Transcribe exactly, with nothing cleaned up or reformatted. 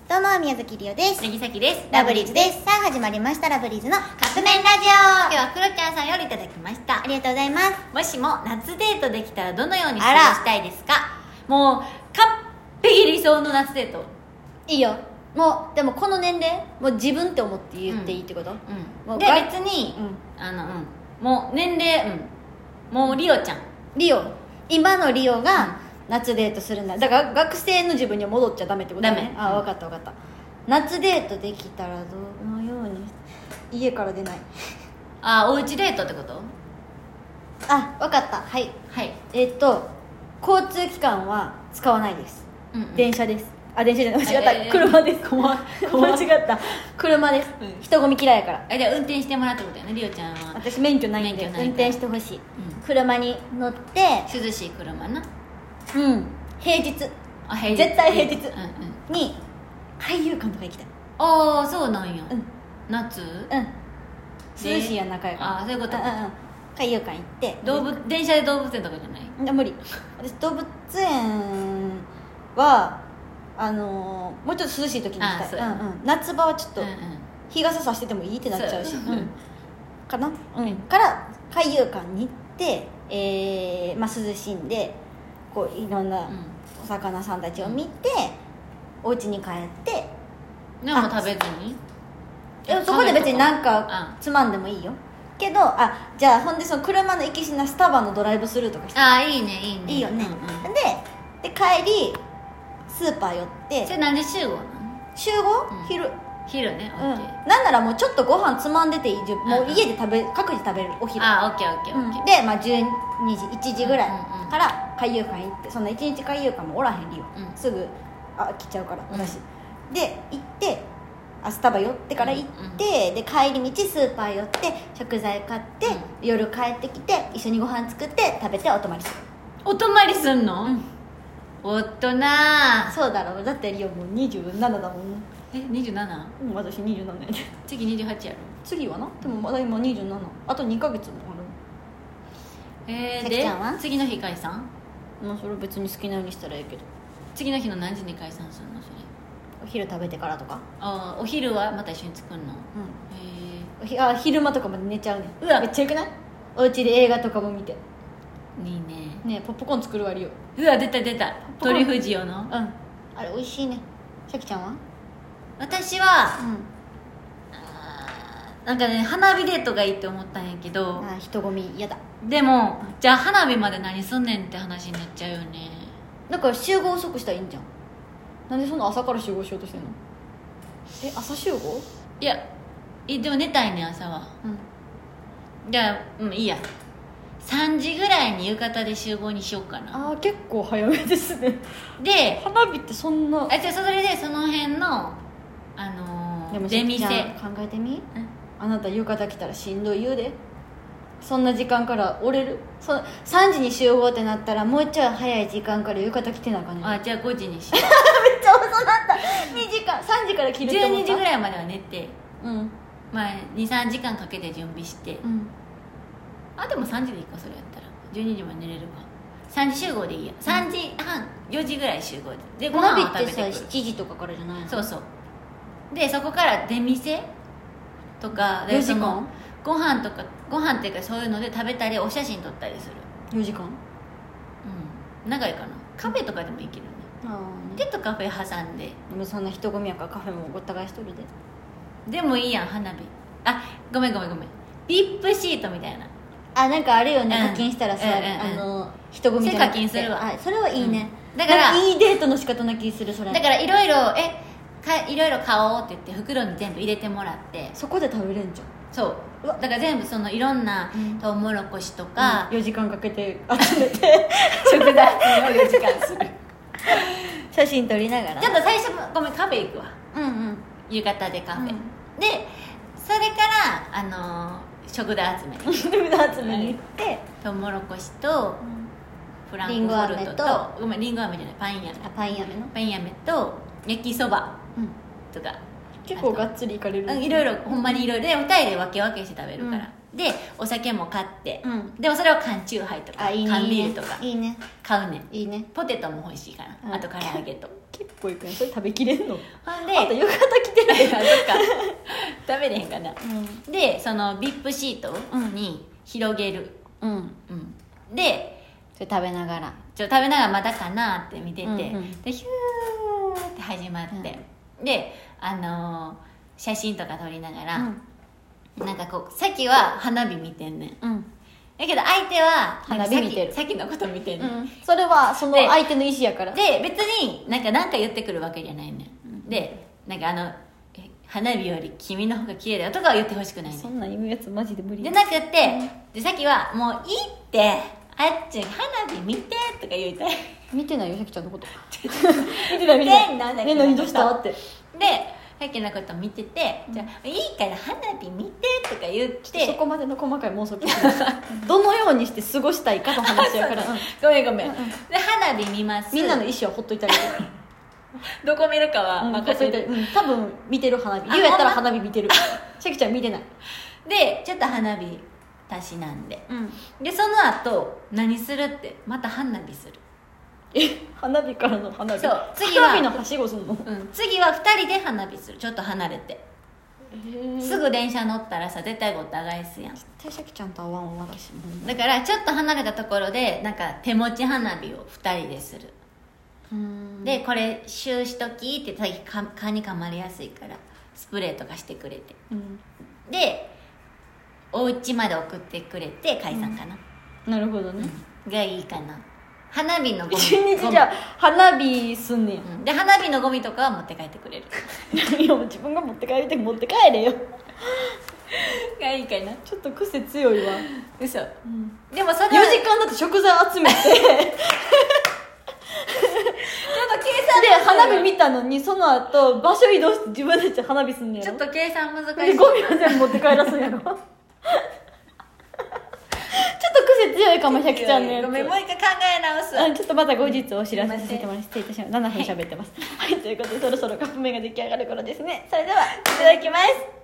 どうも宮崎りおです。 杉崎です。 ラブリーズです。さあ始まりましたラブリーズのカップ麺ラジオ。 今日はクロちゃんさんよりいただきました。 ありがとうございます。 もしも夏デートできたらどのように過ごしたいですか？もう完璧理想の夏デート。 いいよ。もうでもこの年齢もう自分って思って言っていいってこと、うんうん、もうで別に、うん、あの、うん、もう年齢、うん、もうリオちゃんリオ今のリオが夏デートするんだ。だから学生の自分には戻っちゃダメってことね。 ダメ。 あ、分かった分かった。夏デートできたらどのように家から出ない。 あ、おうちデートってこと？ あ、分かった。はい、 はい、 えっと交通機関は使わないです、うんうん、電車です。あ、電車じゃない、間違った、えー、車です。 怖い間違った、車です、うん、人混み嫌いやから。 あ、じゃあ運転してもらったことやね、リオちゃんは。 私免許ないんで運転してほしい、うん、車に乗って涼しい車な。 うん、平日、 あ、平日絶対平日、うんうん、に海遊館とか行きたい。 ああ、そうなんや、 うん、 夏、 うん、涼しいやん、仲良く。 ああ、そういうこと。 うんうん、海遊館行って動物電車で動物園とかじゃない？ いや無理。私動物園はあのー、もうちょっと涼しい時に行きたい。うんうん、夏場はちょっと日傘さしててもいいってなっちゃうし、うん、かな、うん、から海遊館に行って、えーまあ、涼しんでこういろんなお魚さんたちを見て、うん、お家に帰って何も食べずに、 そこで別に何かつまんでもいいよけど、あ、じゃあほんでその車の行きしなスタバのドライブスルーとかして。 ああ、いいねいいね、 いいよね、うんうん、で, で帰りスーパー寄って。 それ何で集合なの？ 集合、うん、昼昼ね、 うん、なんならもうちょっとご飯つまんでていい、もう家で食べ各自食べるお昼。 ああ、オッケーオッケーオッケー、 うん、で、まあ、じゅうにじいちじぐらいから海遊館行って、そんないちにち海遊館もおらへん理由、うん、すぐ飽きちゃうから私、うん、で行ってあスタバ寄ってから行って、うん、で帰り道スーパー寄って食材買って、うん、夜帰ってきて一緒にご飯作って食べてお泊まりする。 お泊まりすんの？うん、おっとな。 そうだろう、だってリオもうにじゅうななだもん。 え、にじゅうなな？ うん、私にじゅうななやで。 次にじゅうはちやろ。 次はな、でもまだ今にじゅうなな、あとにかげつもある。えー、 さきちゃんは次の日解散？ まあそれ別に好きなようにしたらええけど。 次の日の何時に解散するのそれ？ お昼食べてからとか。 ああ、お昼はまた一緒に作るの？うん、 へえ。あ、昼間とかまで寝ちゃうね。 うわ、 めっちゃよくない？お家で映画とかも見て。 いいね。 ね、ポップコーン作るわりよ。 うわ、出た出た、トリュフ塩の。うん、 あれ美味しいね。さきちゃんは？ 私は、うん、なんかね、花火デートがいいって思ったんやけど、 あ、人混み嫌だ。 でも、うん、じゃあ花火まで何すんねんって話になっちゃうよね。 だから集合遅くしたらいいんじゃん。なんでそんな朝から集合しようとしてんの？え、朝集合？ いや、でも寝たいね朝は。うん、じゃあ、うん、いいや、さんじぐらいに浴衣で集合にしようかな。 あー、結構早めですね。 で、 花火ってそんな、 あ、じゃあそれでその辺のあのー、 でも出店考えてみ、あなた浴衣着たらしんどい言うで。そんな時間から折れる。そさんじに集合ってなったらもうちょい早い時間から浴衣着てなあかんねん。 あ、じゃあごじにしよう。 めっちゃ遅なった。にじかんさんじから着るって思った。 じゅうにじぐらいまでは寝て、 うん、まあ、 にさんじかんかけて準備して、うん、あ、でもさんじでいいか、それやったらじゅうにじまで寝れるか。さんじ集合でいいや。さんじはんよじぐらい集合で、でご飯を食べてくる。花火ってさしちじとかからじゃないの？そうそう。でそこから出店とかでよじかんご飯とか、ご飯っていうかそういうので食べたりお写真撮ったりする。 よじかん、 うん、長いかな。カフェとかでもいけるね。あ、ね、ちょっとカフェ挟んで。 でもそんな人混みやからカフェもごった返しとるで。 でもいいやん、花火。あ、ごめんごめんごめん、ビップシートみたいな。 あ、なんかあるよね、うん、課金したらさ、うんうんうん、あの人混みじゃなくて。 課金するわ。 あ、それはいいね、 うん、だからいいデートの仕方な気する。それだからいろいろえかいろいろ買おうって言って袋に全部入れてもらって、 そこで食べれんじゃん。 そうだから全部そのいろんなトウモロコシとか、 うん、よじかんかけて集めて食材をよじかんする。 写真撮りながら。 ちょっと最初ごめん、カフェ行くわ。 うんうん、 浴衣でカフェ、うん、でそれから、あのー、食材集めに食材集めに行ってトウモロコシと、うん、フランクフォルトと、ごめん、リンゴ飴じゃない、パンやめ。 あ、パンやめのパンやめと焼きそばとか、 結構がっつりいかれる。 いろいろほんまにいろいろでふたりで分け分けして食べるから、 でお酒も買って、 うん、 でもそれは缶チューハイとかあいいね缶ビールとかいいね買うねん。 いいねポテトも美味しいから、うん、あと唐揚げと結構いくねそれ食べきれんの。 ほんであと浴衣着てるそっか食べれへんかな、うん、でその ブイアイピー シートに広げる、 うんうん、でそれ食べながらちょ食べながらまだかなって見てて、うんうん、でヒューって始まって、うん、であのー、写真とか撮りながら、うん、なんかこうさっきは花火見てんねん、うん、だけど相手は花火見てるさっきのこと見てんねん、 うん、それはその相手の意思やからで別になんか何か言ってくるわけじゃないねん、うん、でなんかあの花火より君の方が綺麗だよとかは言ってほしくないねん。 そんなん言うやつマジで無理でなくって、うん、でさっきはもういいってあっち花火見てとか言いたい。 見てないよさきちゃんのこと見てない見てないね何どうしたってでさっきのこと見てて、うん、じゃあいいから花火見てとか言ってそこまでの細かい妄想聞いてないどのようにして過ごしたいかの話やからごめんごめん、うんうん、で花火見ます。 みんなの意思はほっといたりどこ見るかは任せて、 うんうん、多分見てる花火言うやったら花火見てるさきちゃん見てないでちょっと花火たしなんで、うん、でその後何するってまた花火する。 え花火からの花火そう次は花火のはしごすんの、 うん、次はふたりで花火する。ちょっと離れてすぐ電車乗ったらさ絶対ごった返すやん。 絶対さきちゃんと会わんわ私もだからちょっと離れたところでなんか手持ち花火をふたりでする。うんでこれシューしときって言ったら蚊に噛まれやすいからスプレーとかしてくれて、うん、でお家まで送ってくれて解散かな、 うん、なるほどね、 うん、がいいかな。花火のゴミ一日じゃ花火すんねん、うん、 で花火のゴミとかは持って帰ってくれるいや自分が持って帰りたい持って帰れよがいいかな。 ちょっと癖強いわ嘘、うん、 でもそれはよじかんだって食材集めてで花火見たのにその後場所移動して自分たちで花火すんねん。 ちょっと計算難しい。 でゴミは全部持って帰らすんやろちょっと癖強いかも。ひゃきちゃんのやつごめんもう一回考え直す。 あちょっとまた後日お知らせさせてもらいます。失礼いたします。ななふん喋ってます、はい、はい、ということでそろそろカップ麺が出来上がる頃ですね。それではいただきます。